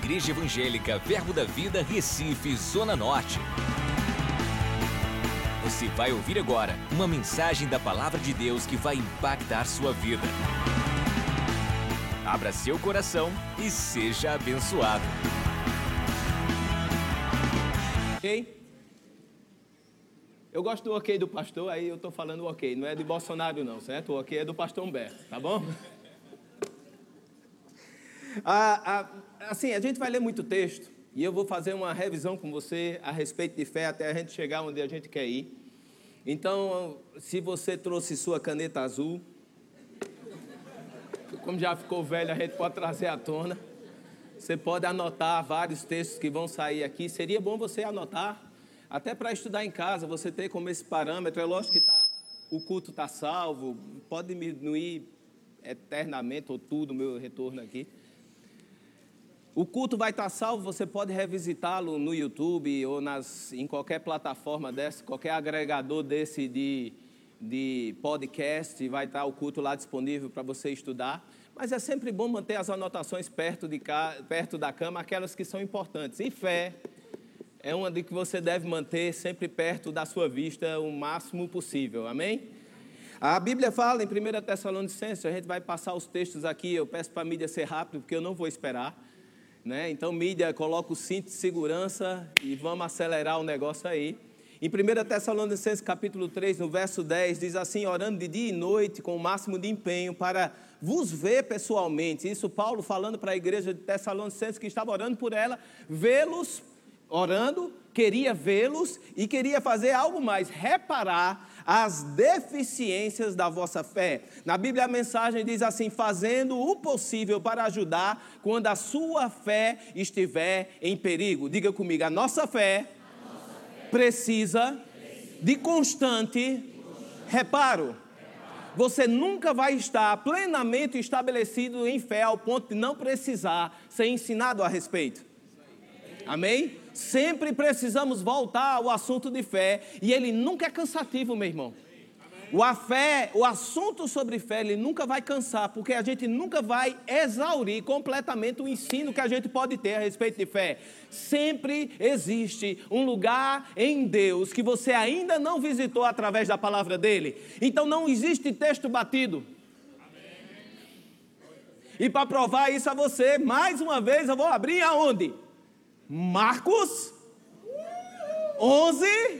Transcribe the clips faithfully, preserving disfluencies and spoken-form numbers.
Igreja Evangélica Verbo da Vida, Recife, Zona Norte. Você vai ouvir agora uma mensagem da Palavra de Deus que vai impactar sua vida. Abra seu coração e seja abençoado. Ok? Eu gosto do ok do pastor, aí eu estou falando o ok, não é de Bolsonaro não, certo? O ok é do pastor Humberto, tá bom? Ah, ah, assim, a gente vai ler muito texto e eu vou fazer uma revisão com você a respeito de fé até a gente chegar onde a gente quer ir. Então, se você trouxe sua caneta azul, como já ficou velho, a gente pode trazer à tona. Você pode anotar vários textos que vão sair aqui. Seria bom você anotar, até para estudar em casa, você ter como esse parâmetro. É lógico que tá, o culto está salvo, pode diminuir eternamente ou tudo o meu retorno aqui. O culto vai estar salvo, você pode revisitá-lo no YouTube ou nas, em qualquer plataforma dessa, qualquer agregador desse de, de podcast, vai estar o culto lá disponível para você estudar. Mas é sempre bom manter as anotações perto, de, perto da cama, aquelas que são importantes. E fé é uma de que você deve manter sempre perto da sua vista o máximo possível, amém? A Bíblia fala em primeira Tessalonicenses, a gente vai passar os textos aqui, eu peço para a mídia ser rápido, porque eu não vou esperar. Né? Então, mídia, coloca o cinto de segurança e vamos acelerar o negócio aí. Em primeira Tessalonicenses, capítulo três, no verso dez, diz assim: orando de dia e noite com o máximo de empenho para vos ver pessoalmente. Isso Paulo falando para a igreja de Tessalonicenses que estava orando por ela, vê-los, orando, queria vê-los e queria fazer algo mais, reparar as deficiências da vossa fé. Na Bíblia a mensagem diz assim: fazendo o possível para ajudar quando a sua fé estiver em perigo. Diga comigo, a nossa fé, a nossa fé precisa, precisa de constante, de constante reparo. reparo. Você nunca vai estar plenamente estabelecido em fé ao ponto de não precisar ser ensinado a respeito. Amém? Sempre precisamos voltar ao assunto de fé, e ele nunca é cansativo, meu irmão. O, a fé, o assunto sobre fé, ele nunca vai cansar, porque a gente nunca vai exaurir completamente o ensino que a gente pode ter a respeito de fé. Sempre existe um lugar em Deus que você ainda não visitou através da palavra dele. Então não existe texto batido. E para provar isso a você, mais uma vez eu vou abrir aonde? Marcos onze.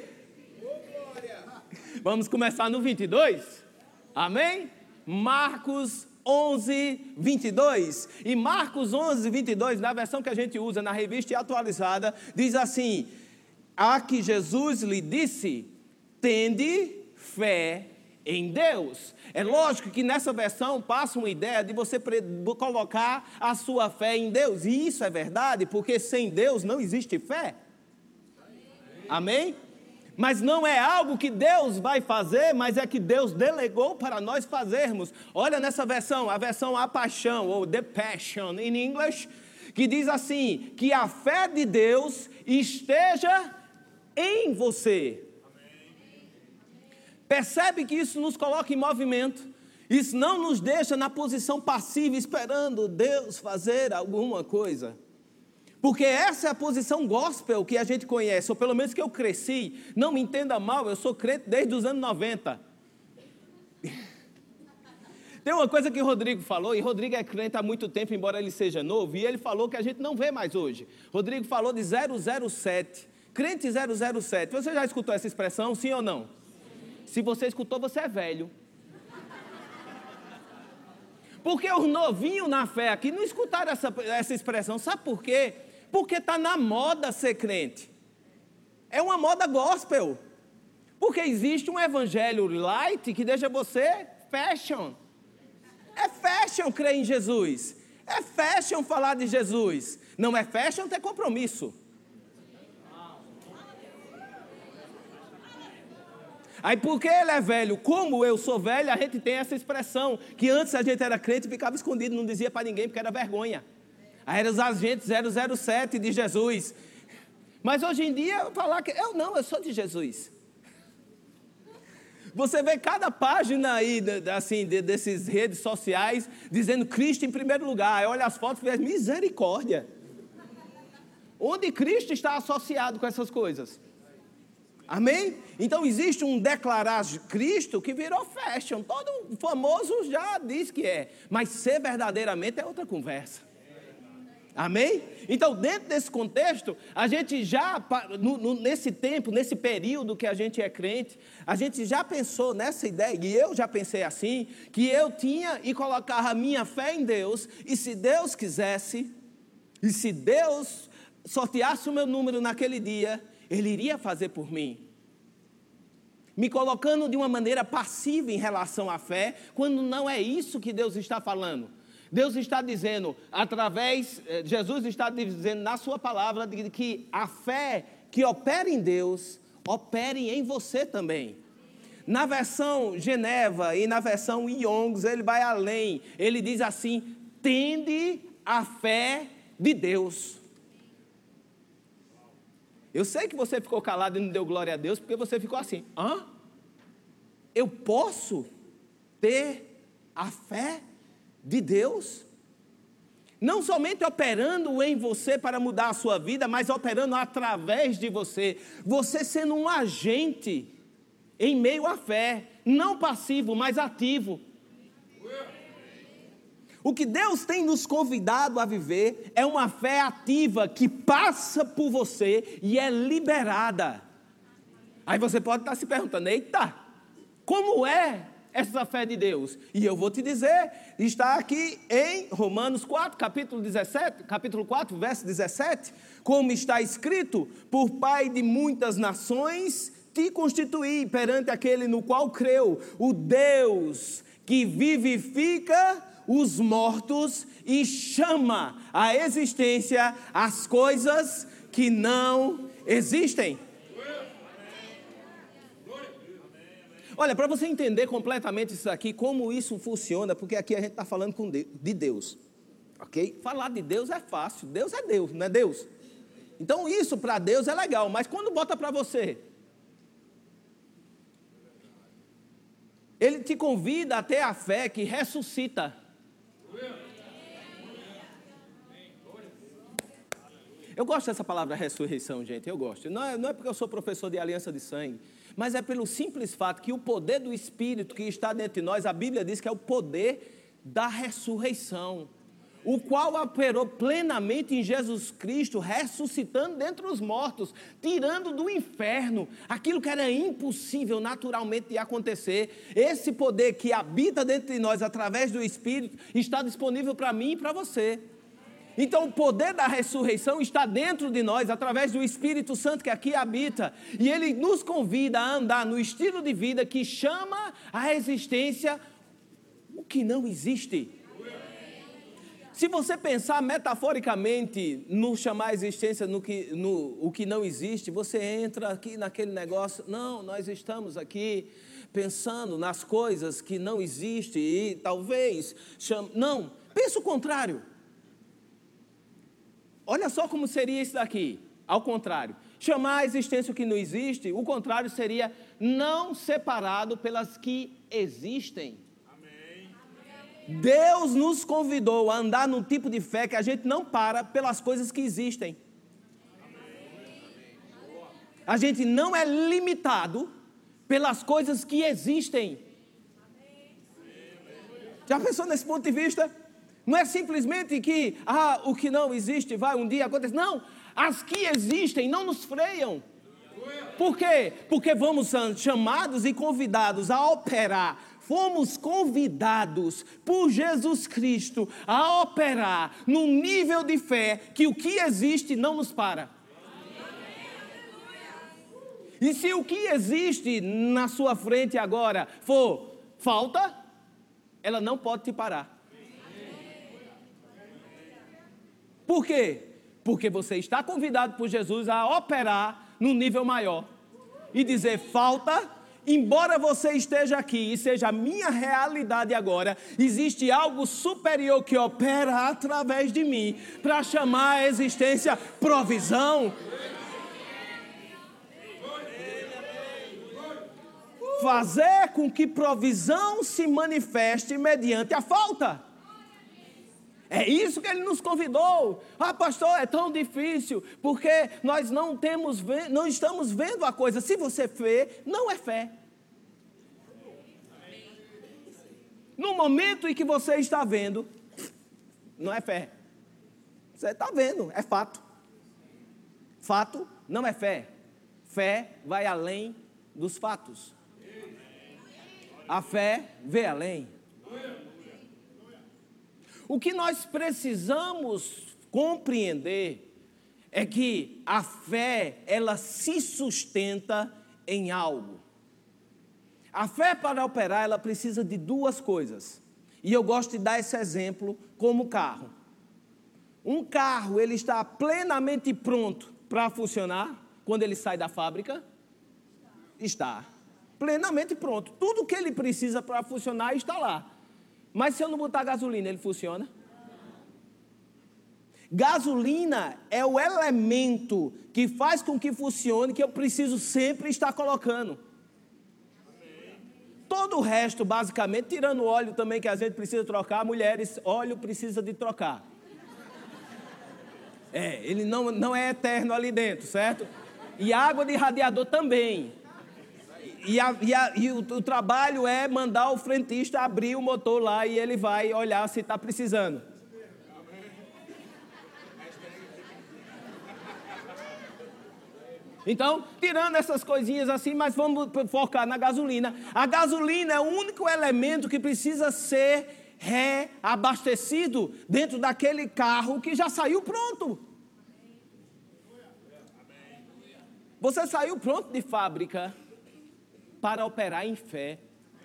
Vamos começar no vinte e dois. Amém? Marcos onze, vinte e dois. E Marcos onze, vinte e dois, na versão que a gente usa na revista atualizada, diz assim: a que Jesus lhe disse, tende fé em Deus. É lógico que nessa versão passa uma ideia de você colocar a sua fé em Deus. E isso é verdade, porque sem Deus não existe fé. Amém? Mas não é algo que Deus vai fazer, mas é que Deus delegou para nós fazermos. Olha nessa versão, a versão A Paixão, ou The Passion in English, que diz assim: que a fé de Deus esteja em você. Percebe que isso nos coloca em movimento. Isso não nos deixa na posição passiva, esperando Deus fazer alguma coisa. Porque essa é a posição gospel que a gente conhece, ou pelo menos que eu cresci. Não me entenda mal, eu sou crente desde os anos noventa. Tem uma coisa que o Rodrigo falou, e Rodrigo é crente há muito tempo, embora ele seja novo, e ele falou que a gente não vê mais hoje. Rodrigo falou de zero zero sete, crente zero zero sete. Você já escutou essa expressão, sim ou não? Se você escutou, você é velho. Porque os novinhos na fé aqui não escutaram essa, essa expressão. Sabe por quê? Porque está na moda ser crente. É uma moda gospel. Porque existe um evangelho light que deixa você fashion. É fashion crer em Jesus. É fashion falar de Jesus. Não é fashion ter compromisso. Aí porque ele é velho, como eu sou velho, a gente tem essa expressão, que antes a gente era crente e ficava escondido, não dizia para ninguém porque era vergonha. Aí eram os agentes zero zero sete de Jesus. Mas hoje em dia, falar que eu não, eu sou de Jesus. Você vê cada página aí, assim, dessas redes sociais, dizendo Cristo em primeiro lugar. Aí olha as fotos e vê, misericórdia. onde Cristo está associado com essas coisas. Amém? Então existe um declarar de Cristo que virou fashion. Todo famoso já diz que é. Mas ser verdadeiramente é outra conversa. Amém? Então, dentro desse contexto, a gente já, no, no, nesse tempo, nesse período que a gente é crente, a gente já pensou nessa ideia, e eu já pensei assim, que eu tinha e colocava a minha fé em Deus, e se Deus quisesse, e se Deus sorteasse o meu número naquele dia, Ele iria fazer por mim. Me colocando de uma maneira passiva em relação à fé, quando não é isso que Deus está falando. Deus está dizendo, através, Jesus está dizendo na sua palavra, que a fé que opera em Deus, opere em você também. Na versão Geneva e na versão Young's, ele vai além. Ele diz assim, tende a fé de Deus. Eu sei que você ficou calado e não deu glória a Deus, porque você ficou assim, hã? Eu posso ter a fé de Deus? Não somente operando em você para mudar a sua vida, mas operando através de você. Você sendo um agente em meio à fé, não passivo, mas ativo. O que Deus tem nos convidado a viver é uma fé ativa que passa por você e é liberada. Aí você pode estar se perguntando, eita, como é essa fé de Deus? E eu vou te dizer, está aqui em Romanos quatro, capítulo dezessete, capítulo quatro, verso dezessete, como está escrito, por Pai de muitas nações, te constituí perante aquele no qual creu, o Deus que vivifica os mortos e chama à existência as coisas que não existem. Olha, para você entender completamente isso aqui, como isso funciona, porque aqui a gente está falando com de, de Deus, ok? Falar de Deus é fácil, Deus é Deus, não é Deus? Então isso para Deus é legal, mas quando bota para você? Ele te convida a ter a fé que ressuscita. Eu gosto dessa palavra ressurreição, gente, eu gosto. Não é, não é porque eu sou professor de aliança de sangue, mas é pelo simples fato que o poder do Espírito que está dentro de nós, a Bíblia diz que é o poder da ressurreição, o qual operou plenamente em Jesus Cristo, ressuscitando dentre os mortos, tirando do inferno aquilo que era impossível naturalmente de acontecer. Esse poder que habita dentro de nós através do Espírito está disponível para mim e para você. Então o poder da ressurreição está dentro de nós, através do Espírito Santo que aqui habita, e Ele nos convida a andar no estilo de vida que chama à existência o que não existe. Se você pensar metaforicamente no chamar à existência no que, no, o que não existe, você entra aqui naquele negócio, não, nós estamos aqui pensando nas coisas que não existem e talvez, cham... não, pensa o contrário. Olha só como seria isso daqui, ao contrário. Chamar a existência o que não existe, o contrário seria não separado pelas que existem. Amém. Deus nos convidou a andar num tipo de fé que a gente não para pelas coisas que existem. Amém. A gente não é limitado pelas coisas que existem. Amém. Já pensou nesse ponto de vista? Não é simplesmente que, ah, o que não existe vai um dia acontecer. Não, as que existem não nos freiam. Por quê? Porque vamos ser chamados e convidados a operar. Fomos convidados por Jesus Cristo a operar num nível de fé que o que existe não nos para. E se o que existe na sua frente agora for falta, ela não pode te parar. Por quê? Porque você está convidado por Jesus a operar num nível maior. E dizer, falta, embora você esteja aqui e seja a minha realidade agora, existe algo superior que opera através de mim para chamar a existência provisão. Fazer com que provisão se manifeste mediante a falta. É isso que ele nos convidou. Ah, pastor, é tão difícil, porque nós não temos, não estamos vendo a coisa. Se você vê, não é fé. No momento em que você está vendo, não é fé. Você está vendo, é fato. Fato não é fé. Fé vai além dos fatos. A fé vê além. O que nós precisamos compreender é que a fé, ela se sustenta em algo. A fé, para operar, ela precisa de duas coisas. E eu gosto de dar esse exemplo como carro. Um carro, ele está plenamente pronto para funcionar quando ele sai da fábrica? Está. Plenamente pronto. Tudo que ele precisa para funcionar está lá. Mas se eu não botar gasolina, ele funciona? Gasolina é o elemento que faz com que funcione, que eu preciso sempre estar colocando. Todo o resto, basicamente, tirando o óleo também que a gente precisa trocar, mulheres, óleo precisa de trocar. É, ele não, não é eterno ali dentro, certo? E água de radiador também. E, a, e, a, e o, o trabalho é mandar o frentista abrir o motor lá e ele vai olhar se está precisando. Então, tirando essas coisinhas assim, mas vamos focar na gasolina. A gasolina é o único elemento que precisa ser reabastecido dentro daquele carro que já saiu pronto. Você saiu pronto de fábrica para operar em fé.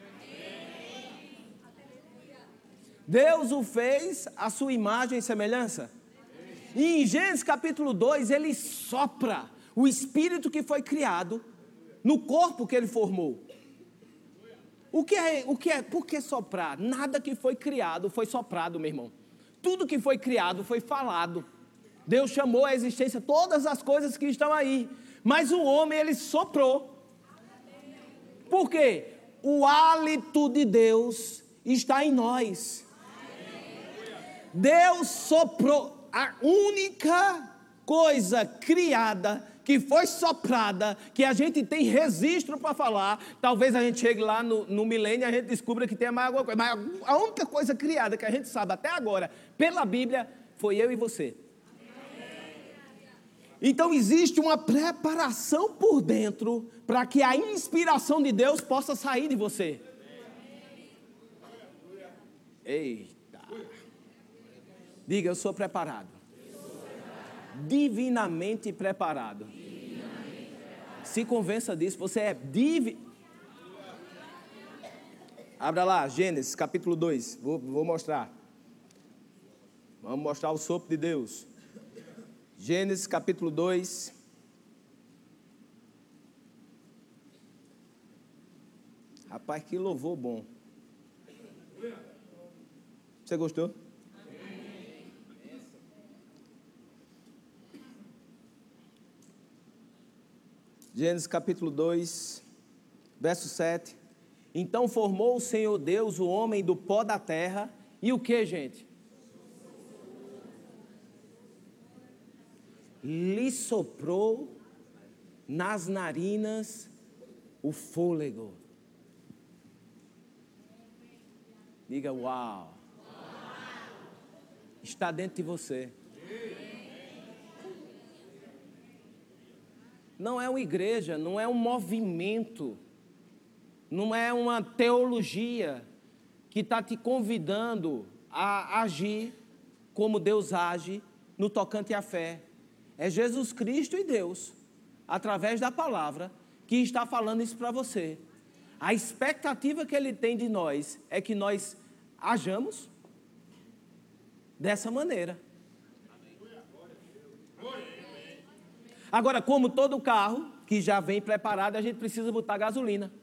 Deus o fez à sua imagem e semelhança. E em Gênesis capítulo dois, ele sopra o espírito que foi criado no corpo que ele formou. O que é, o que é, por que soprar? Nada que foi criado foi soprado, meu irmão. Tudo que foi criado foi falado. Deus chamou à existência todas as coisas que estão aí. Mas o homem, ele soprou. Por quê? O hálito de Deus está em nós. Deus soprou. A única coisa criada que foi soprada, que a gente tem registro para falar, talvez a gente chegue lá no, no milênio e a gente descubra que tem mais alguma coisa, mas a única coisa criada que a gente sabe até agora, pela Bíblia, foi eu e você. Então existe uma preparação por dentro, para que a inspiração de Deus possa sair de você. Eita! Diga, eu sou preparado. Divinamente preparado. Se convença disso, você é divi... Abra lá, Gênesis capítulo dois, vou, vou mostrar. Vamos mostrar o sopro de Deus. Gênesis capítulo dois. Rapaz, que louvor bom. Você gostou? Gênesis capítulo dois, verso sete. Então formou o Senhor Deus o homem do pó da terra. E o que, gente? Lhe soprou nas narinas o fôlego. Diga, uau. Está dentro de você. Não é uma igreja, não é um movimento, não é uma teologia que está te convidando a agir como Deus age no tocante à fé. É Jesus Cristo e Deus, através da palavra, que está falando isso para você. A expectativa que Ele tem de nós é que nós hajamos dessa maneira. Agora, como todo carro que já vem preparado, a gente precisa botar gasolina.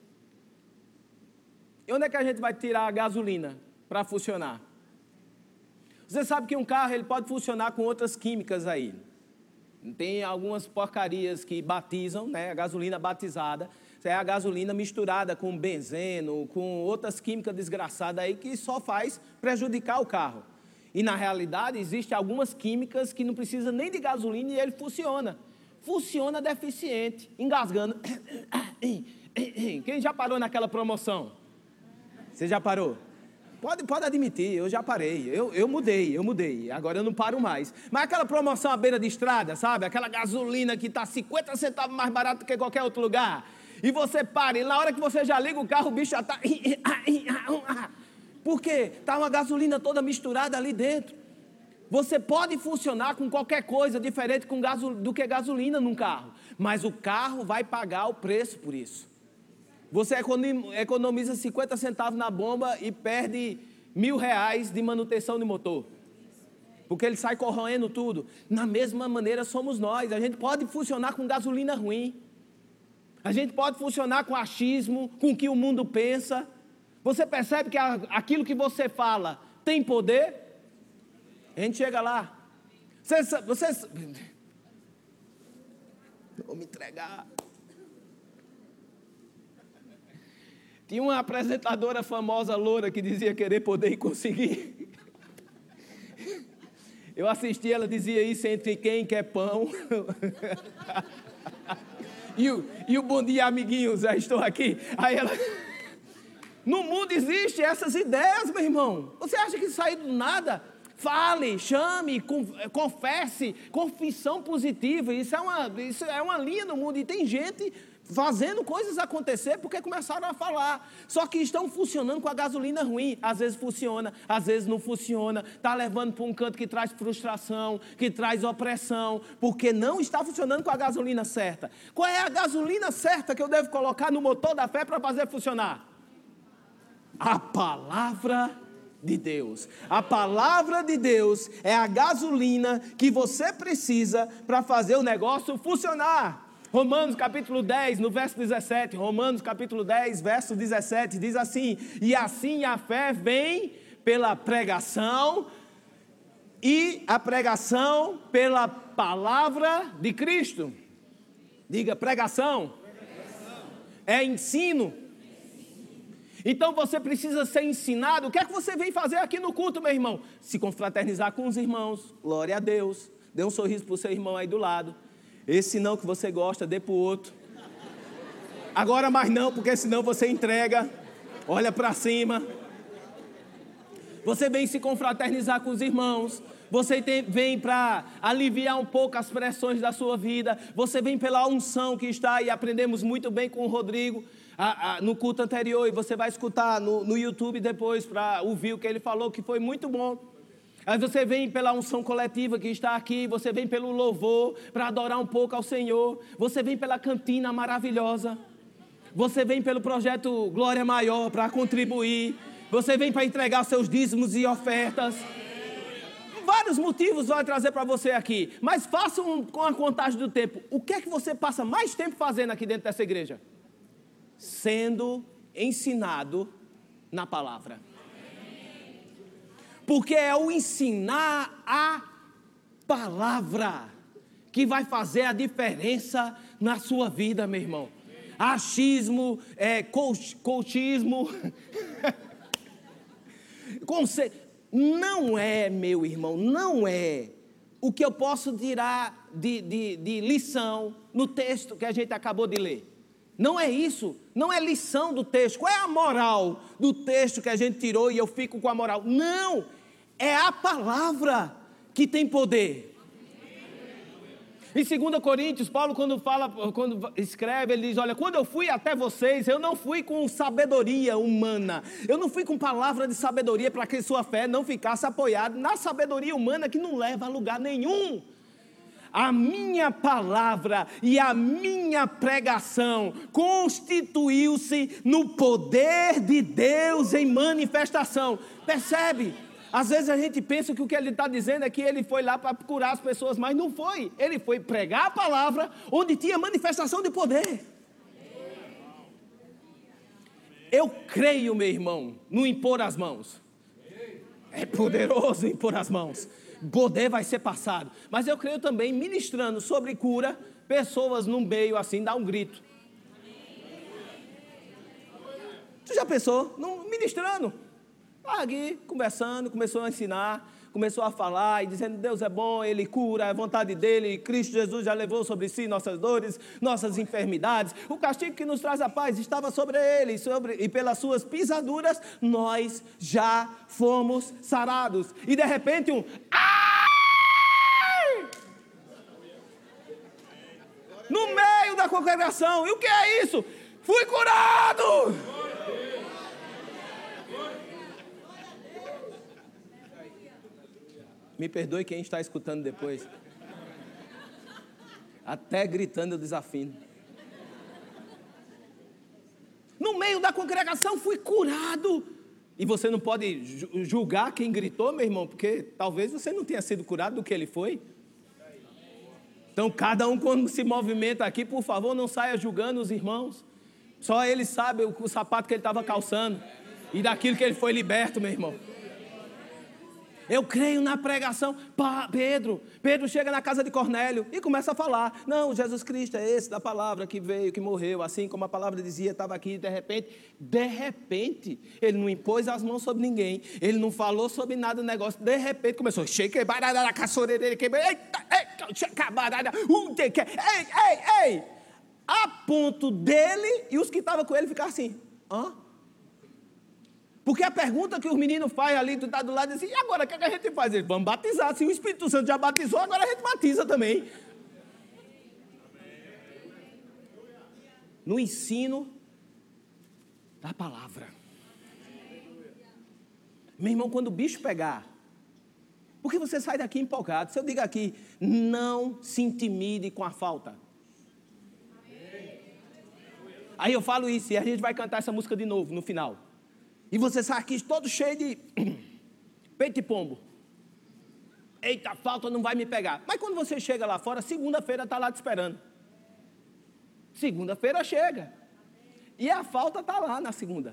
E onde é que a gente vai tirar a gasolina para funcionar? Você sabe que um carro ele pode funcionar com outras químicas aí. Tem algumas porcarias que batizam, né? A gasolina batizada. É a gasolina misturada com benzeno, com outras químicas desgraçadas aí que só faz prejudicar o carro. E na realidade, existem algumas químicas que não precisa nem de gasolina e ele funciona. Funciona deficiente, engasgando. Quem já parou naquela promoção? Você já parou? Pode, pode admitir, eu já parei, eu, eu mudei, eu mudei, agora eu não paro mais. Mas aquela promoção à beira de estrada, sabe? Aquela gasolina que está cinquenta centavos mais barato que qualquer outro lugar. E você para, e na hora que você já liga o carro, o bicho já está... Por quê? Está uma gasolina toda misturada ali dentro. Você pode funcionar com qualquer coisa diferente com gaso, do que gasolina num carro. Mas o carro vai pagar o preço por isso. Você economiza cinquenta centavos na bomba e perde mil reais de manutenção de motor. Porque ele sai corroendo tudo. Na mesma maneira somos nós. A gente pode funcionar com gasolina ruim. A gente pode funcionar com achismo, com o que o mundo pensa. Você percebe que aquilo que você fala tem poder? A gente chega lá. Você... você... Vou me entregar. Tinha uma apresentadora famosa, loura, que dizia querer, poder e conseguir. Eu assisti, ela dizia isso entre quem quer pão. e, o, e o bom dia, amiguinhos, já estou aqui. Aí ela... No mundo existem essas ideias, meu irmão. Você acha que saiu do nada? Fale, chame, confesse, confissão positiva. Isso é uma, isso é uma linha no mundo. E tem gente fazendo coisas acontecer porque começaram a falar. Só que estão funcionando com a gasolina ruim. Às vezes funciona, às vezes não funciona. Está levando para um canto que traz frustração, que traz opressão, porque não está funcionando com a gasolina certa. Qual é a gasolina certa que eu devo colocar no motor da fé para fazer funcionar? A palavra de Deus. A palavra de Deus é a gasolina que você precisa para fazer o negócio funcionar. Romanos capítulo dez, no verso dezessete, Romanos capítulo dez, verso dezessete, diz assim: e assim a fé vem pela pregação, e a pregação pela palavra de Cristo. Diga, pregação, pregação. É ensino. Então você precisa ser ensinado. O que é que você vem fazer aqui no culto, meu irmão? Se confraternizar com os irmãos, glória a Deus. Dê um sorriso para o seu irmão aí do lado. Esse não que você gosta, dê para o outro. Agora mais não, porque senão você entrega. Olha para cima. Você vem se confraternizar com os irmãos. Você tem, vem para aliviar um pouco as pressões da sua vida. Você vem pela unção que está, e aprendemos muito bem com o Rodrigo a, a, no culto anterior. E você vai escutar no, no YouTube depois para ouvir o que ele falou, que foi muito bom. Aí você vem pela unção coletiva que está aqui, você vem pelo louvor para adorar um pouco ao Senhor, você vem pela cantina maravilhosa, você vem pelo projeto Glória Maior para contribuir, você vem para entregar seus dízimos e ofertas. Vários motivos vai trazer para você aqui, mas faça um, com a contagem do tempo. O que é que você passa mais tempo fazendo aqui dentro dessa igreja? Sendo ensinado na palavra. Porque é o ensinar a palavra que vai fazer a diferença na sua vida, meu irmão. Achismo, é, coach, coachismo, conce... não é, meu irmão, não é o que eu posso tirar de, de, de lição no texto que a gente acabou de ler. Não é isso, não é lição do texto. Qual é a moral do texto que a gente tirou e eu fico com a moral? Não, é a palavra que tem poder. Em dois Coríntios, Paulo quando fala, quando escreve, ele diz, olha, quando eu fui até vocês, eu não fui com sabedoria humana, eu não fui com palavra de sabedoria para que sua fé não ficasse apoiada na sabedoria humana que não leva a lugar nenhum. A minha palavra e a minha pregação constituiu-se no poder de Deus em manifestação. Percebe? Às vezes a gente pensa que o que ele está dizendo é que ele foi lá para curar as pessoas, mas não foi. Ele foi pregar a palavra onde tinha manifestação de poder. Eu creio, meu irmão, no impor as mãos. É poderoso impor as mãos. Poder vai ser passado. Mas eu creio também, ministrando sobre cura, pessoas no meio assim, dá um grito. Tu já pensou? Não, ministrando. Aqui, conversando, começou a ensinar. começou a falar e dizendo, Deus é bom, Ele cura, é a vontade dEle, Cristo Jesus já levou sobre si nossas dores, nossas enfermidades, o castigo que nos traz a paz estava sobre Ele, sobre, e pelas suas pisaduras nós já fomos sarados. E de repente um... Ai! No meio da congregação, e o que é isso? Fui curado! Me perdoe quem está escutando depois. Até gritando eu desafino. No meio da congregação fui curado. E você não pode julgar quem gritou, meu irmão, porque talvez você não tenha sido curado do que ele foi. Então, cada um quando se movimenta aqui, por favor, não saia julgando os irmãos. Só ele sabe o, o sapato que ele estava calçando e daquilo que ele foi liberto, meu irmão. Eu creio na pregação. Pá, Pedro, Pedro chega na casa de Cornélio e começa a falar. Não, Jesus Cristo é esse da palavra que veio, que morreu, assim como a palavra dizia, estava aqui, de repente, de repente, ele não impôs as mãos sobre ninguém, ele não falou sobre nada do negócio, de repente começou, ei, ei, ei, a ponto dele e os que estavam com ele ficar assim, hã? Porque a pergunta que os meninos fazem ali, tu está do lado e diz assim, e agora o que, é que a gente faz? Eles vamos batizar. Se o Espírito Santo já batizou, agora a gente batiza também. No ensino da palavra. Meu irmão, quando o bicho pegar, porque você sai daqui empolgado. Se eu digo aqui, não se intimide com a falta. Aí eu falo isso e a gente vai cantar essa música de novo no final. E você sai aqui todo cheio de peito de pombo. Eita, a falta não vai me pegar. Mas quando você chega lá fora, segunda-feira está lá te esperando. Segunda-feira chega. E a falta está lá na segunda.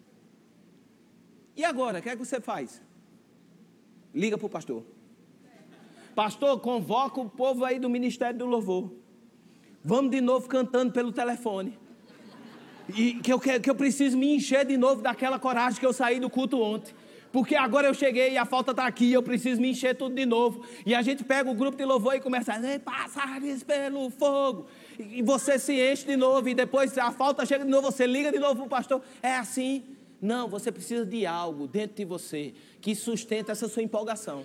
E agora, o que é que você faz? Liga para o pastor. Pastor, convoca o povo aí do Ministério do Louvor. Vamos de novo cantando pelo telefone. E que eu, que eu preciso me encher de novo daquela coragem que eu saí do culto ontem. Porque agora eu cheguei e a falta está aqui, eu preciso me encher tudo de novo. E a gente pega o grupo de louvor e começa a dizer, passares pelo fogo. E você se enche de novo e depois a falta chega de novo, você liga de novo para o pastor. É assim? Não, você precisa de algo dentro de você que sustenta essa sua empolgação.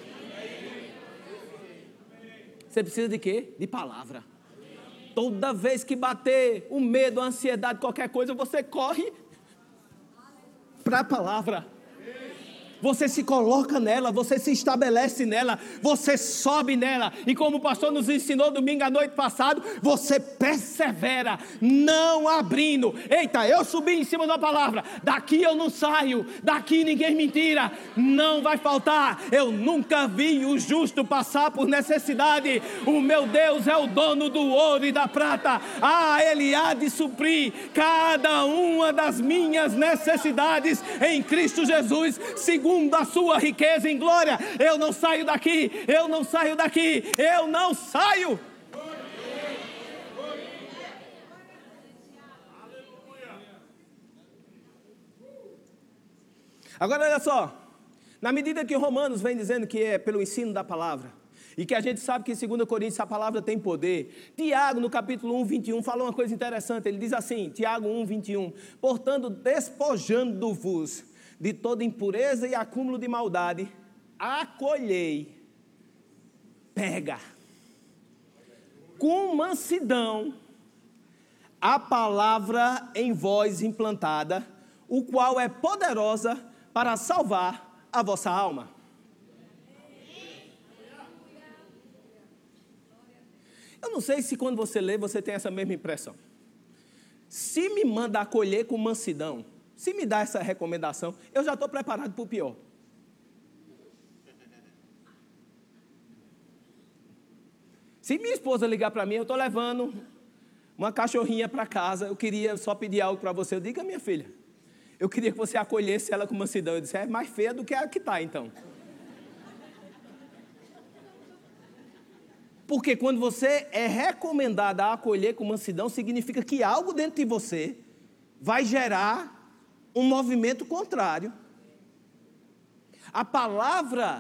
Você precisa de quê? De palavra. Toda vez que bater o medo, a ansiedade, qualquer coisa, você corre para a palavra. Você se coloca nela, você se estabelece nela, você sobe nela. E como o pastor nos ensinou domingo à noite passado, você persevera, não abrindo. Eita, eu subi em cima da palavra, daqui eu não saio, daqui ninguém me tira, não vai faltar. Eu nunca vi o justo passar por necessidade. O meu Deus é o dono do ouro e da prata. Ah, Ele há de suprir cada uma das minhas necessidades em Cristo Jesus, segundo a sua riqueza em glória. Eu não saio daqui, eu não saio daqui, eu não saio. Agora olha só, na medida que Romanos vem dizendo que é pelo ensino da palavra, e que a gente sabe que em dois Coríntios a palavra tem poder, Tiago no capítulo um, vinte e um, fala uma coisa interessante, ele diz assim, Tiago um, vinte e um, portanto despojando-vos de toda impureza e acúmulo de maldade, acolhei, pega, com mansidão, a palavra em vós implantada, o qual é poderosa para salvar a vossa alma. Eu não sei se quando você lê, você tem essa mesma impressão. Se me manda acolher com mansidão, se me dá essa recomendação, eu já estou preparado para o pior. Se minha esposa ligar para mim, eu estou levando uma cachorrinha para casa, eu queria só pedir algo para você. Eu digo, minha filha, eu queria que você acolhesse ela com mansidão. Eu disse, é mais feia do que a que está, então. Porque quando você é recomendado a acolher com mansidão, significa que algo dentro de você vai gerar um movimento contrário. A palavra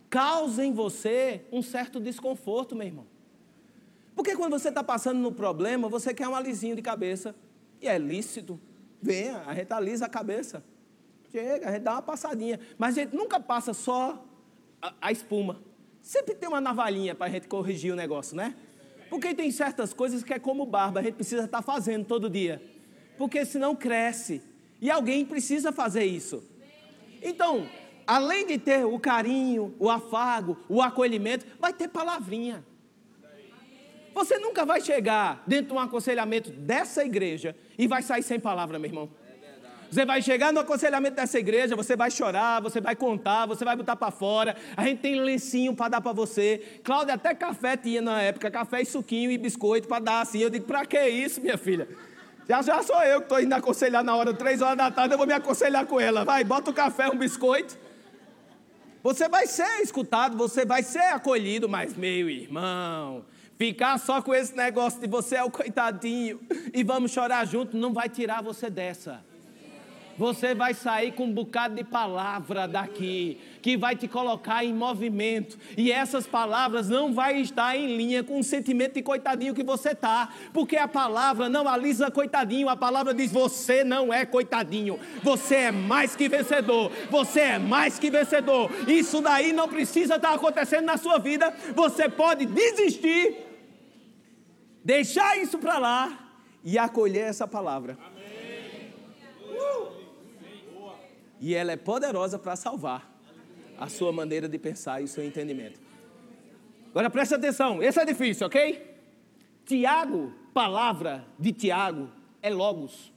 causa em você um certo desconforto, meu irmão. Porque quando você está passando no problema, você quer um alisinho de cabeça. E é lícito. Venha, a gente alisa a cabeça. Chega, a gente dá uma passadinha. Mas a gente nunca passa só a, a espuma. Sempre tem uma navalhinha para a gente corrigir o negócio, né? Porque tem certas coisas que é como barba, a gente precisa estar fazendo todo dia. Porque senão cresce. E alguém precisa fazer isso. Então, além de ter o carinho, o afago, o acolhimento, vai ter palavrinha. Você nunca vai chegar dentro de um aconselhamento dessa igreja e vai sair sem palavra, meu irmão. Você vai chegar no aconselhamento dessa igreja, você vai chorar, você vai contar, você vai botar para fora. A gente tem lencinho para dar para você. Cláudia, até café tinha na época, café e suquinho e biscoito para dar assim. Eu digo, para que isso, minha filha? Já, já sou eu que estou indo aconselhar na hora, três horas da tarde, eu vou me aconselhar com ela. Vai, bota o café, um biscoito. Você vai ser escutado, você vai ser acolhido, mas meu irmão, ficar só com esse negócio de você é o coitadinho e vamos chorar junto, não vai tirar você dessa. Você vai sair com um bocado de palavra daqui, que vai te colocar em movimento. E essas palavras não vão estar em linha com o sentimento de coitadinho que você está. Porque a palavra não alisa coitadinho, a palavra diz, você não é coitadinho. Você é mais que vencedor, você é mais que vencedor. Isso daí não precisa estar acontecendo na sua vida. Você pode desistir, deixar isso para lá e acolher essa palavra. Uh! E ela é poderosa para salvar a sua maneira de pensar e o seu entendimento. Agora preste atenção, esse é difícil, ok? Tiago, palavra de Tiago é logos.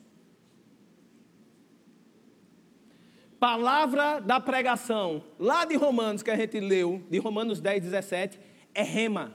Palavra da pregação, lá de Romanos que a gente leu, de Romanos dez, dezessete, é rema.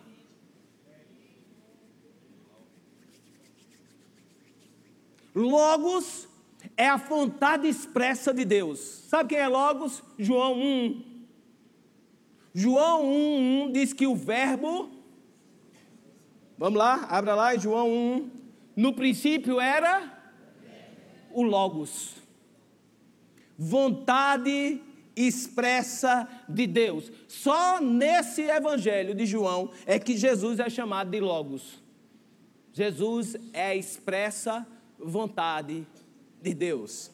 Logos é a vontade expressa de Deus. Sabe quem é Logos? João um. João um, um diz que o verbo... Vamos lá, abra lá em João um. No princípio era o Logos. Vontade expressa de Deus. Só nesse evangelho de João é que Jesus é chamado de Logos. Jesus é a expressa vontade de Deus.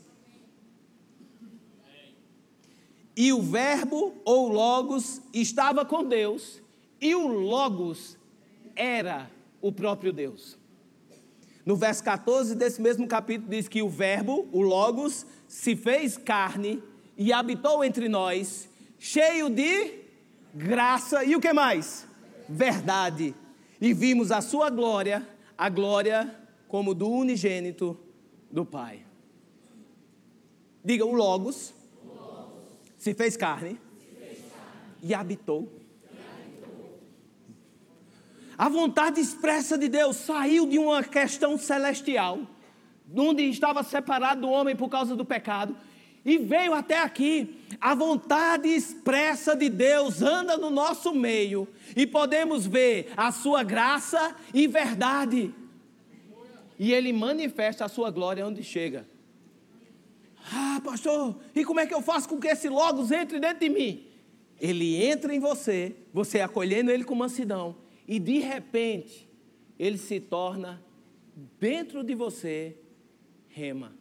E o verbo ou logos estava com Deus, e o logos era o próprio Deus. No verso catorze desse mesmo capítulo diz que o verbo, o logos, se fez carne e habitou entre nós, cheio de graça e o que mais? Verdade. E vimos a sua glória, a glória como do unigênito do Pai. Diga, o Logos, o Logos se, fez carne, se fez carne e habitou. E habitou. A vontade expressa de Deus saiu de uma questão celestial, onde estava separado do homem por causa do pecado, e veio até aqui. A vontade expressa de Deus anda no nosso meio, e podemos ver a sua graça e verdade. E Ele manifesta a sua glória onde chega. Ah, pastor, e como é que eu faço com que esse Logos entre dentro de mim? Ele entra em você, você acolhendo Ele com mansidão, e de repente, Ele se torna dentro de você, rema.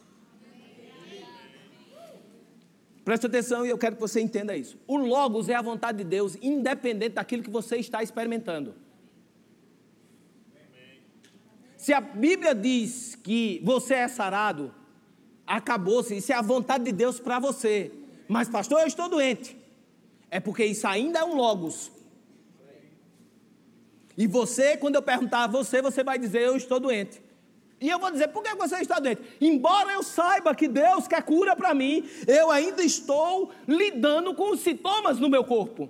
Preste atenção e eu quero que você entenda isso. O Logos é a vontade de Deus, independente daquilo que você está experimentando. Se a Bíblia diz que você é sarado, acabou-se, isso é a vontade de Deus para você. Mas pastor, eu estou doente. É porque isso ainda é um Logos. E você, quando eu perguntar a você, você vai dizer, eu estou doente. E eu vou dizer, por que você está doente? Embora eu saiba que Deus quer cura para mim, eu ainda estou lidando com os sintomas no meu corpo.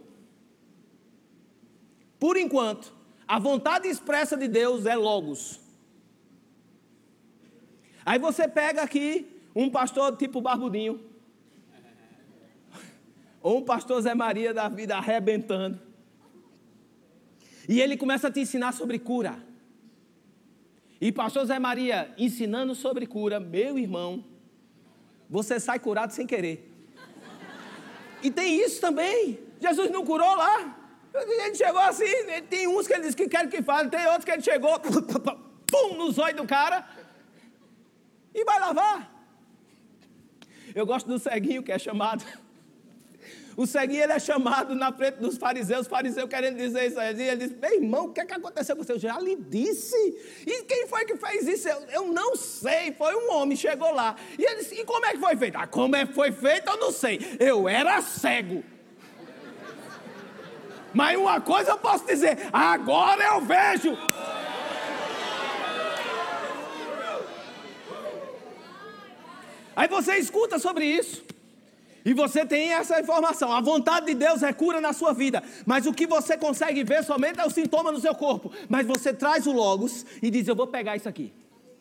Por enquanto, a vontade expressa de Deus é Logos. Aí você pega aqui um pastor tipo Barbudinho, ou um pastor Zé Maria da vida arrebentando, e ele começa a te ensinar sobre cura. E pastor Zé Maria ensinando sobre cura, meu irmão, você sai curado sem querer. E tem isso também. Jesus não curou lá. Ele chegou assim, tem uns que ele diz que quer que fale, tem outros que ele chegou, pum, no zóio do cara, e vai lavar. Eu gosto do ceguinho que é chamado. O ceguinho, ele é chamado na frente dos fariseus, os fariseus querendo dizer isso aí. Ele diz, meu irmão, o que é que aconteceu com você? Eu já lhe disse. E quem foi que fez isso? Eu, eu não sei, foi um homem, chegou lá. E ele disse, e como é que foi feito? Ah, como é que foi feito, eu não sei. Eu era cego. Mas uma coisa eu posso dizer, agora eu vejo. Aí você escuta sobre isso. E você tem essa informação. A vontade de Deus é cura na sua vida. Mas o que você consegue ver somente é o sintoma no seu corpo. Mas você traz o Logos e diz, eu vou pegar isso aqui.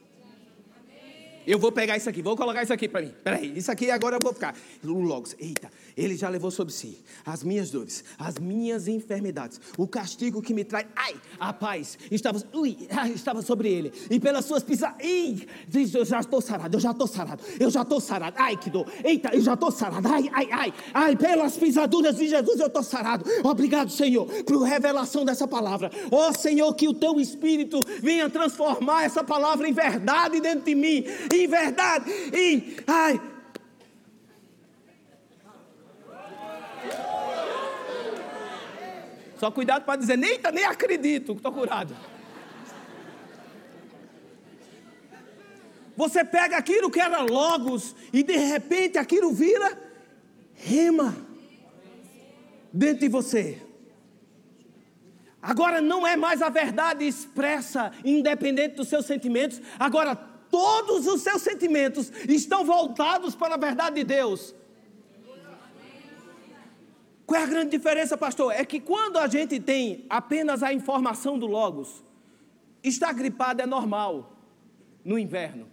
Eu vou pegar isso aqui, vou colocar isso aqui para mim. Peraí, isso aqui agora eu vou ficar. O Logos, eita, ele já levou sobre si as minhas dores, as minhas enfermidades, o castigo que me traz. Ai, a paz estava, ui, estava sobre ele. E pelas suas pisadas, ei, diz, eu já estou sarado, eu já estou sarado, eu já estou sarado. Ai, que dor, eita, eu já estou sarado. Ai, ai, ai, ai, pelas pisaduras de Jesus eu estou sarado. Obrigado, Senhor, por revelação dessa palavra. Ó oh, Senhor, que o teu Espírito venha transformar essa palavra em verdade dentro de mim. Em verdade, em, ai, só cuidado para dizer, nem, nem acredito que estou curado. Você pega aquilo que era Logos e de repente aquilo vira rema dentro de você. Agora não é mais a verdade expressa, independente dos seus sentimentos. Agora todos os seus sentimentos estão voltados para a verdade de Deus. Qual é a grande diferença, pastor? É que quando a gente tem apenas a informação do Logos, estar gripado é normal no inverno.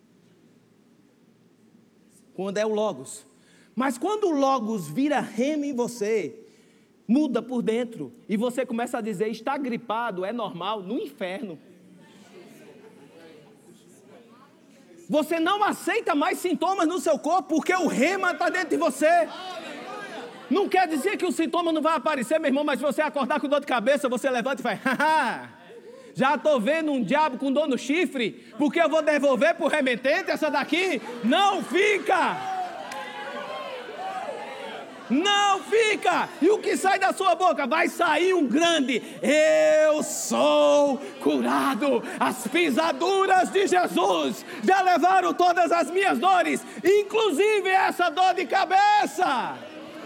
Quando é o Logos. Mas quando o Logos vira rema em você, muda por dentro, e você começa a dizer, estar gripado é normal no inferno. Você não aceita mais sintomas no seu corpo, porque o rema está dentro de você. Não quer dizer que o sintoma não vai aparecer, meu irmão, mas se você acordar com dor de cabeça, você levanta e faz, haha, já estou vendo um diabo com dor no chifre, porque eu vou devolver para o remetente essa daqui? Não fica! Não fica! E o que sai da sua boca? Vai sair um grande, eu sou curado. As pisaduras de Jesus já levaram todas as minhas dores, inclusive essa dor de cabeça.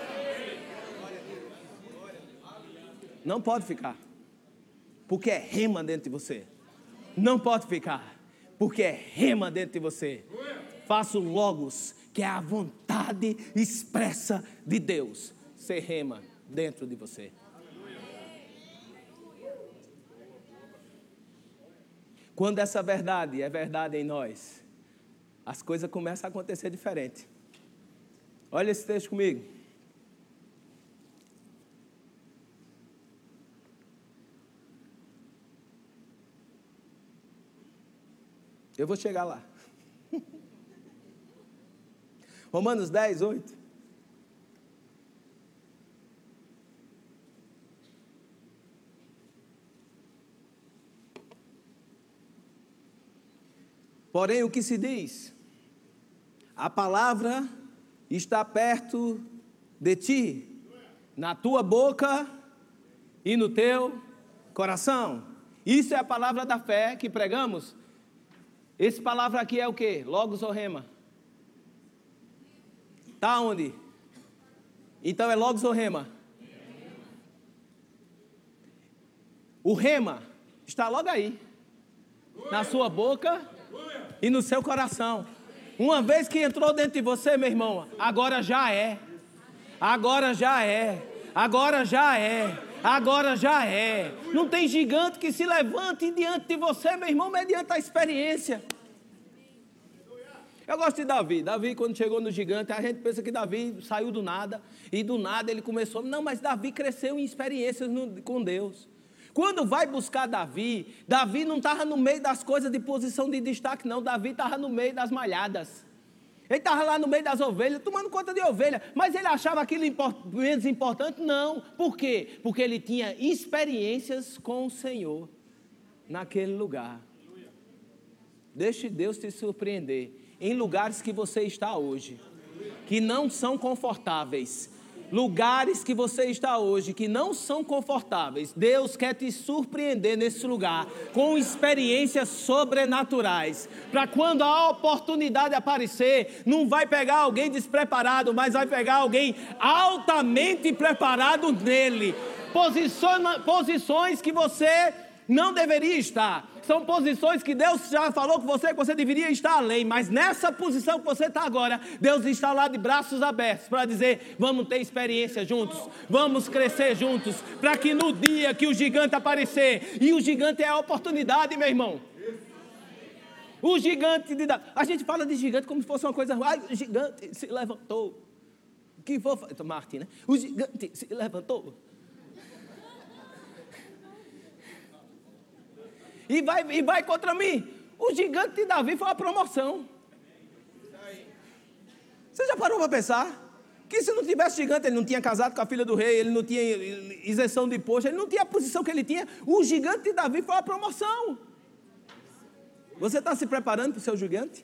Não pode ficar, porque é rema dentro de você. Não pode ficar, porque é rema dentro de você. Faça o Logos, que é a vontade expressa de Deus, ser rema dentro de você. Quando essa verdade é verdade em nós, as coisas começam a acontecer diferente. Olha esse texto comigo. Eu vou chegar lá. Romanos dez, oito. Porém, o que se diz? A palavra está perto de ti, na tua boca e no teu coração. Isso é a palavra da fé que pregamos. Essa palavra aqui é o quê? Logos ou rema? Está onde? Então é Logos ou rema? O rema está logo aí, na sua boca e no seu coração. Uma vez que entrou dentro de você, meu irmão, agora já é. Agora já é. Agora já é. Agora já é. Não tem gigante que se levante diante de você, meu irmão, mediante a experiência. Eu gosto de Davi. Davi, quando chegou no gigante, a gente pensa que Davi saiu do nada, e do nada ele começou. Não, mas Davi cresceu em experiências no, com Deus. Quando vai buscar Davi, Davi não estava no meio das coisas de posição de destaque, não. Davi estava no meio das malhadas. Ele estava lá no meio das ovelhas, tomando conta de ovelha, mas ele achava aquilo import, menos importante? Não. Por quê? Porque ele tinha experiências com o Senhor naquele lugar. Deixe Deus te surpreender em lugares que você está hoje, que não são confortáveis. Lugares que você está hoje, que não são confortáveis. Deus quer te surpreender nesse lugar, com experiências sobrenaturais. Para quando a oportunidade aparecer, não vai pegar alguém despreparado, mas vai pegar alguém altamente preparado nele. Posições, posições que você não deveria estar. São posições que Deus já falou com você que você deveria estar além, mas nessa posição que você está agora, Deus está lá de braços abertos para dizer, vamos ter experiência juntos, vamos crescer juntos, para que no dia que o gigante aparecer, e o gigante é a oportunidade, meu irmão. O gigante, de, a gente fala de gigante como se fosse uma coisa ruim. Ah, o gigante se levantou. O que vou fazer? Martin, né? O gigante se levantou. E vai, e vai contra mim. O gigante de Davi foi uma promoção. Você já parou para pensar? Que se não tivesse gigante, ele não tinha casado com a filha do rei, ele não tinha isenção de imposto, ele não tinha a posição que ele tinha. O gigante de Davi foi uma promoção. Você está se preparando para o seu gigante?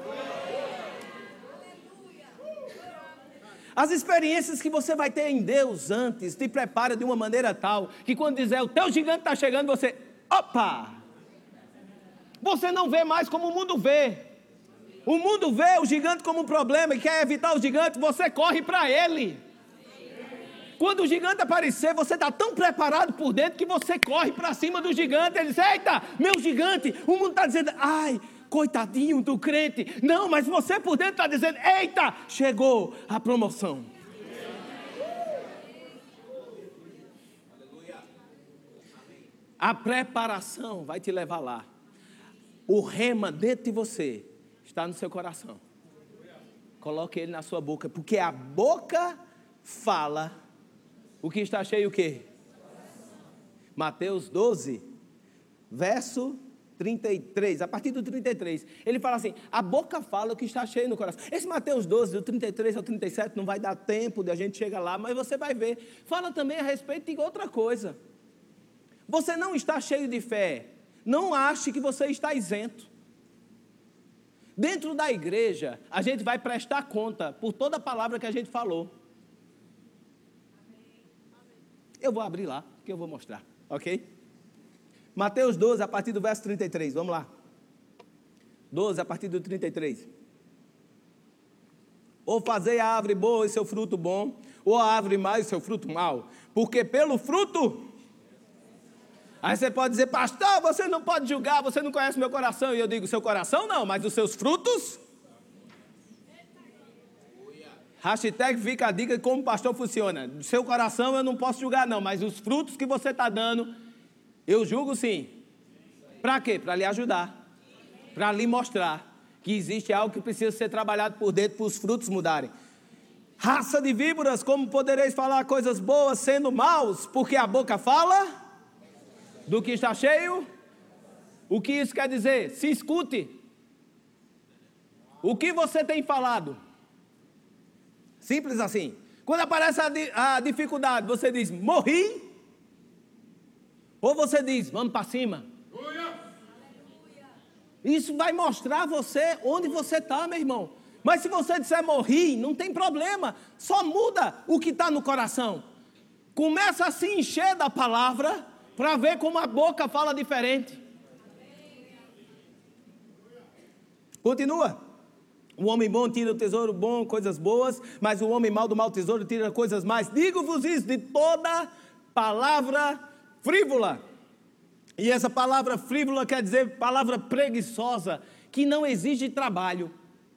As experiências que você vai ter em Deus antes, te prepara de uma maneira tal, que quando dizer o teu gigante está chegando, você, opa! Você não vê mais como o mundo vê. O mundo vê o gigante como um problema e quer evitar o gigante, você corre para ele. Quando o gigante aparecer, você está tão preparado por dentro que você corre para cima do gigante. Ele diz, eita, meu gigante. O mundo está dizendo, ai, coitadinho do crente. Não, mas você por dentro está dizendo, eita, chegou a promoção. A preparação vai te levar lá. O rema dentro de você está no seu coração. Coloque ele na sua boca, porque a boca fala o que está cheio o quê? Mateus doze, verso trinta e três, a partir do trinta e três, ele fala assim, a boca fala o que está cheio no coração. Esse Mateus doze, do trinta e três ao trinta e sete, não vai dar tempo de a gente chegar lá, mas você vai ver. Fala também a respeito de outra coisa. Você não está cheio de fé. Não ache que você está isento. Dentro da igreja, a gente vai prestar conta por toda a palavra que a gente falou. Eu vou abrir lá, que eu vou mostrar, ok? Mateus doze, a partir do verso trinta e três, vamos lá. doze, a partir do trinta e três. Ou fazei a árvore boa e seu fruto bom, ou a árvore má e seu fruto mau, porque pelo fruto... Aí você pode dizer, pastor, você não pode julgar, você não conhece meu coração. E eu digo, seu coração não, mas os seus frutos? Hashtag fica a dica de como o pastor funciona. Seu coração eu não posso julgar não, mas os frutos que você está dando, eu julgo sim. Para quê? Para lhe ajudar. Para lhe mostrar que existe algo que precisa ser trabalhado por dentro para os frutos mudarem. Raça de víboras, como podereis falar coisas boas sendo maus? Porque a boca fala... do que está cheio. O que isso quer dizer? Se escute. O que você tem falado? Simples assim. Quando aparece a, di- a dificuldade, você diz, morri. Ou você diz, vamos para cima. Isso vai mostrar você onde você está, meu irmão. Mas se você disser morri, não tem problema. Só muda o que está no coração. Começa a se encher da palavra, para ver como a boca fala diferente. Continua. O homem bom tira o tesouro bom, coisas boas, mas o homem mau do mau tesouro tira coisas mais. Digo-vos isso de toda palavra frívola. E essa palavra frívola quer dizer palavra preguiçosa, que não exige trabalho.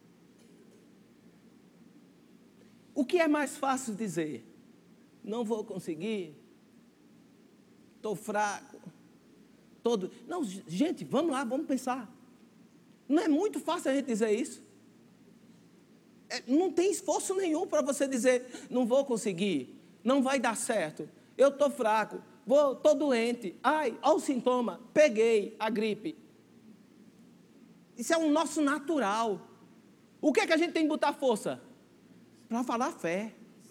O que é mais fácil dizer? Não vou conseguir. Estou fraco, todo... Não, gente, vamos lá, vamos pensar. Não é muito fácil a gente dizer isso. É, não tem esforço nenhum para você dizer, não vou conseguir, não vai dar certo, eu estou fraco, estou doente, ai, olha o sintoma, peguei a gripe. Isso é o nosso natural. O que é que a gente tem que botar força? Para falar fé.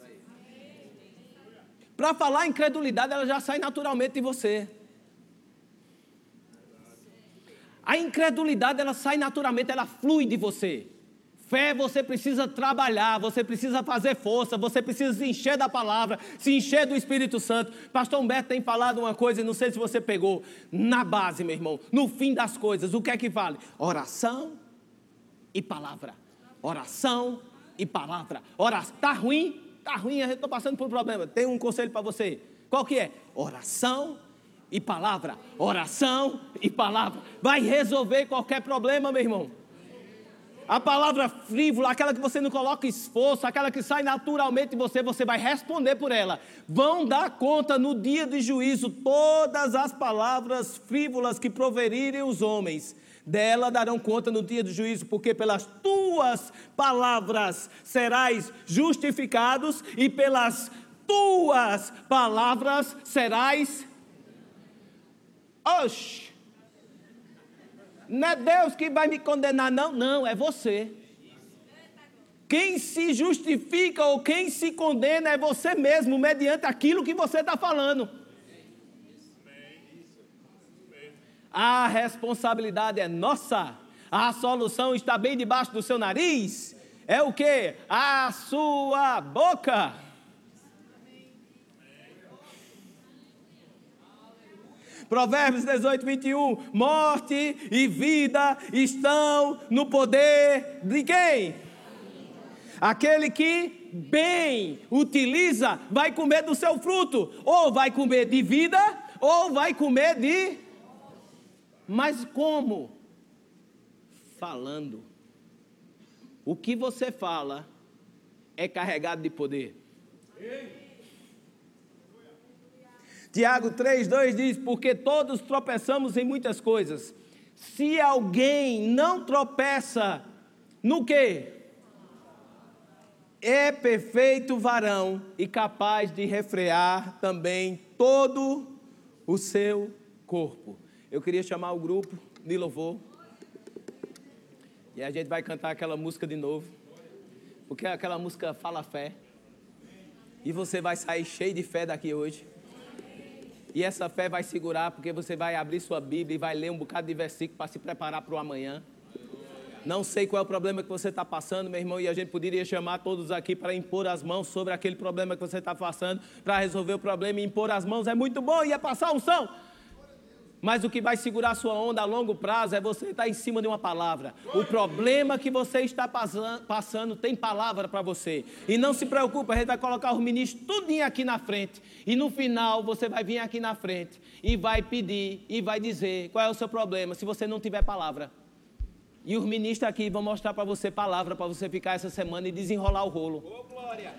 Para falar incredulidade, ela já sai naturalmente de você. A incredulidade, ela sai naturalmente, ela flui de você. Fé, você precisa trabalhar, você precisa fazer força, você precisa se encher da palavra, se encher do Espírito Santo. Pastor Humberto tem falado uma coisa, e não sei se você pegou, na base, meu irmão, no fim das coisas, o que é que vale? Oração e palavra. Oração e palavra. Oração, tá ruim? Tá ruim, a gente está passando por um problema. Tem um conselho para você. Qual que é? Oração e palavra. Oração e palavra. Vai resolver qualquer problema, meu irmão. A palavra frívola, aquela que você não coloca esforço, aquela que sai naturalmente de você, você vai responder por ela. Vão dar conta no dia de juízo todas as palavras frívolas que proferirem os homens. Dela darão conta no dia do juízo, porque pelas tuas palavras serás justificados e pelas tuas palavras serás... Oxi! Não é Deus que vai me condenar, não, não, é você. Quem se justifica ou quem se condena é você mesmo, mediante aquilo que você está falando. A responsabilidade é nossa. A solução está bem debaixo do seu nariz. É o quê? A sua boca. Provérbios dezoito, vinte e um. Morte e vida estão no poder de quem? Aquele que bem utiliza vai comer do seu fruto. Ou vai comer de vida, ou vai comer de... Mas como? Falando. O que você fala é carregado de poder. Tiago três, dois diz, porque todos tropeçamos em muitas coisas. Se alguém não tropeça no quê? É perfeito varão e capaz de refrear também todo o seu corpo. Eu queria chamar o grupo de louvor. E a gente vai cantar aquela música de novo. Porque aquela música fala fé. E você vai sair cheio de fé daqui hoje. E essa fé vai segurar, porque você vai abrir sua Bíblia e vai ler um bocado de versículo para se preparar para o amanhã. Não sei qual é o problema que você está passando, meu irmão, e a gente poderia chamar todos aqui para impor as mãos sobre aquele problema que você está passando, para resolver o problema. E impor as mãos é muito bom, e é passar unção. Mas o que vai segurar a sua onda a longo prazo é você estar em cima de uma palavra. O problema que você está passando tem palavra para você. E não se preocupe, a gente vai colocar os ministros tudinho aqui na frente. E no final você vai vir aqui na frente e vai pedir e vai dizer qual é o seu problema se você não tiver palavra. E os ministros aqui vão mostrar para você palavra para você ficar essa semana e desenrolar o rolo. Ô, glória!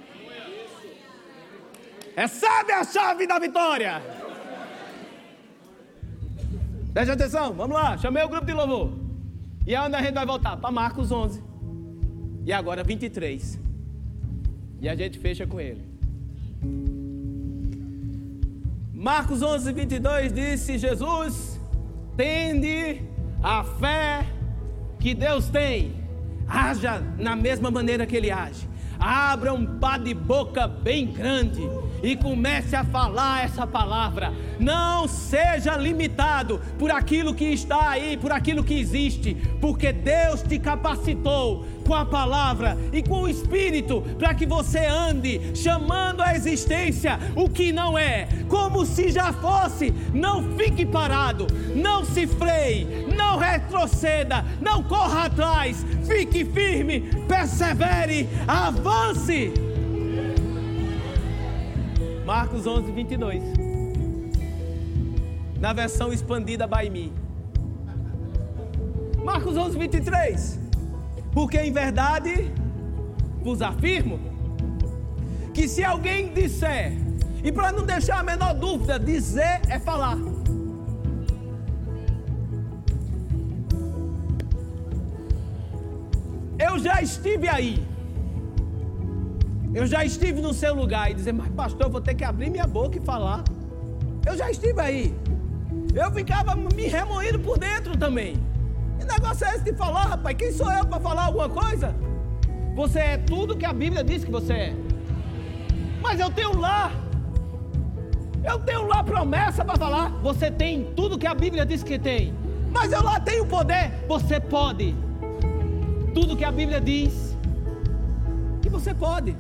Recebe a chave da vitória! Preste atenção, vamos lá, chamei o grupo de louvor. E é onde a gente vai voltar? Para Marcos onze. E agora vinte e três. E a gente fecha com ele. Marcos onze, vinte e dois disse: Jesus, tende a fé que Deus tem. Haja na mesma maneira que Ele age. Abra um bate-boca bem grande e comece a falar essa palavra. Não seja limitado por aquilo que está aí, por aquilo que existe, porque Deus te capacitou com a palavra e com o Espírito para que você ande chamando à existência o que não é, como se já fosse. Não fique parado, não se freie, não retroceda, não corra atrás, fique firme, persevere, avance. Marcos onze, vinte e dois, na versão expandida by me. Marcos onze, vinte e três, porque em verdade vos afirmo que se alguém disser, e para não deixar a menor dúvida, dizer é falar. Eu já estive aí. Eu já estive no seu lugar e dizer, mas pastor, eu vou ter que abrir minha boca e falar. Eu já estive aí. Eu ficava me remoendo por dentro também. Que negócio é esse de falar, rapaz? Quem sou eu para falar alguma coisa? Você é tudo que a Bíblia diz que você é. Mas eu tenho lá, eu tenho lá promessa para falar. Você tem tudo que a Bíblia diz que tem. Mas eu lá tenho poder. Você pode. Tudo que a Bíblia diz que você pode.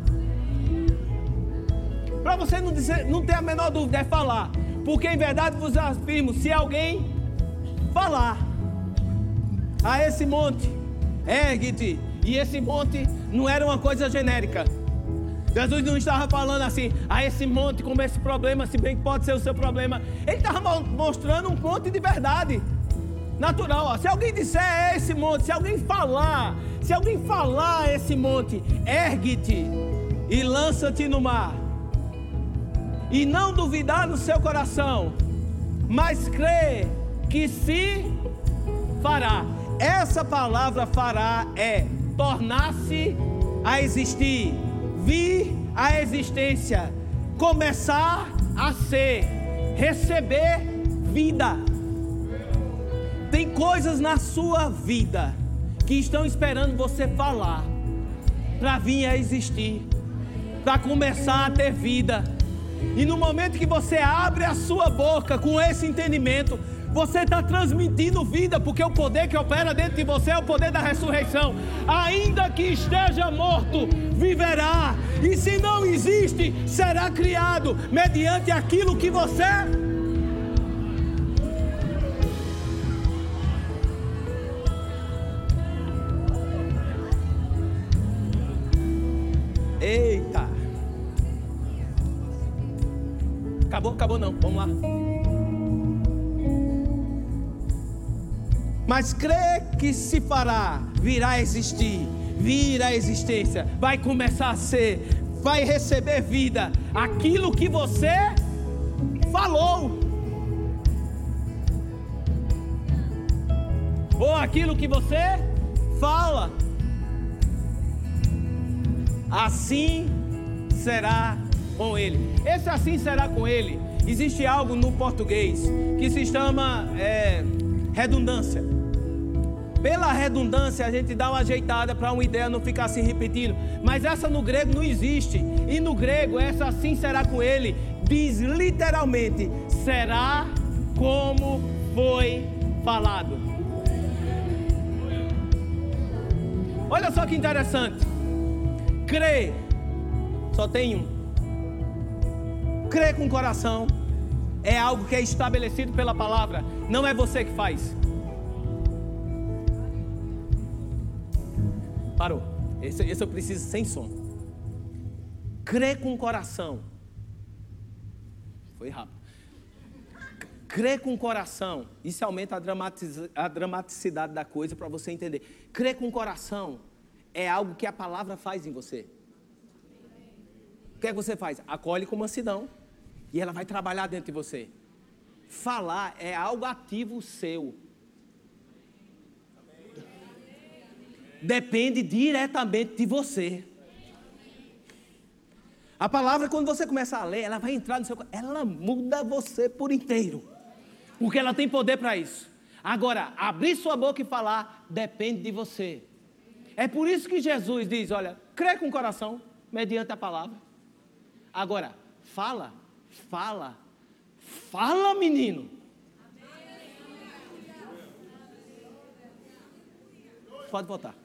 Para você não, dizer, não ter a menor dúvida, é falar. Porque em verdade vos afirmo, se alguém falar a esse monte, ergue-te. E esse monte não era uma coisa genérica. Jesus não estava falando assim, a esse monte, como esse problema, se bem que pode ser o seu problema. Ele estava mostrando um monte de verdade natural. Ó. Se alguém disser é esse monte, se alguém falar, se alguém falar a esse monte, ergue-te e lança-te no mar. E não duvidar no seu coração, mas crê que se fará. Essa palavra fará é tornar-se a existir, vir à existência, começar a ser, receber vida. Tem coisas na sua vida que estão esperando você falar para vir a existir, para começar a ter vida. E no momento que você abre a sua boca com esse entendimento, você está transmitindo vida, porque o poder que opera dentro de você é o poder da ressurreição. Ainda que esteja morto, viverá. E se não existe, será criado mediante aquilo que você... Eita! Acabou? Acabou não, vamos lá. Mas crê que se fará, virá a existir, vir à existência, vai começar a ser, vai receber vida, aquilo que você falou, ou aquilo que você fala, assim será com ele. Esse assim será com ele, existe algo no português que se chama é, redundância. Pela redundância a gente dá uma ajeitada para uma ideia não ficar se repetindo, mas essa no grego não existe. E no grego essa assim será com ele diz literalmente, será como foi falado. Olha só que interessante. Crer só tem um. Crer com o coração é algo que é estabelecido pela palavra, não é você que faz. Parou. Esse, esse eu preciso sem som. Crer com o coração. Foi rápido. Crer com o coração. Isso aumenta a, dramatiz, a dramaticidade da coisa para você entender. Crer com o coração é algo que a palavra faz em você. O que é que você faz? Acolhe com mansidão. E ela vai trabalhar dentro de você. Falar é algo ativo seu. Depende diretamente de você. A palavra, quando você começa a ler, ela vai entrar no seu coração. Ela muda você por inteiro. Porque ela tem poder para isso. Agora, abrir sua boca e falar, depende de você. É por isso que Jesus diz, olha, crê com o coração, mediante a palavra. Agora, fala, fala, fala, menino. Pode voltar.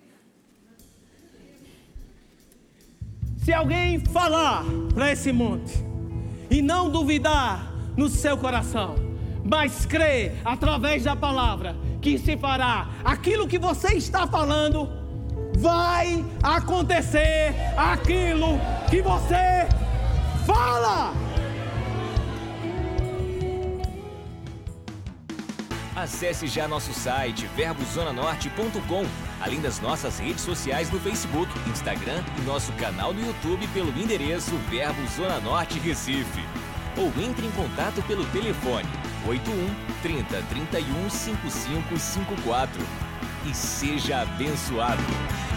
Se alguém falar para esse monte e não duvidar no seu coração, mas crer através da palavra que se fará aquilo que você está falando, vai acontecer aquilo que você fala. Acesse já nosso site verbo zona norte ponto com, além das nossas redes sociais no Facebook, Instagram e nosso canal no YouTube pelo endereço Verbo Zona Norte Recife. Ou entre em contato pelo telefone oito um, trinta, trinta e um, cinquenta e cinco cinquenta e quatro. E seja abençoado.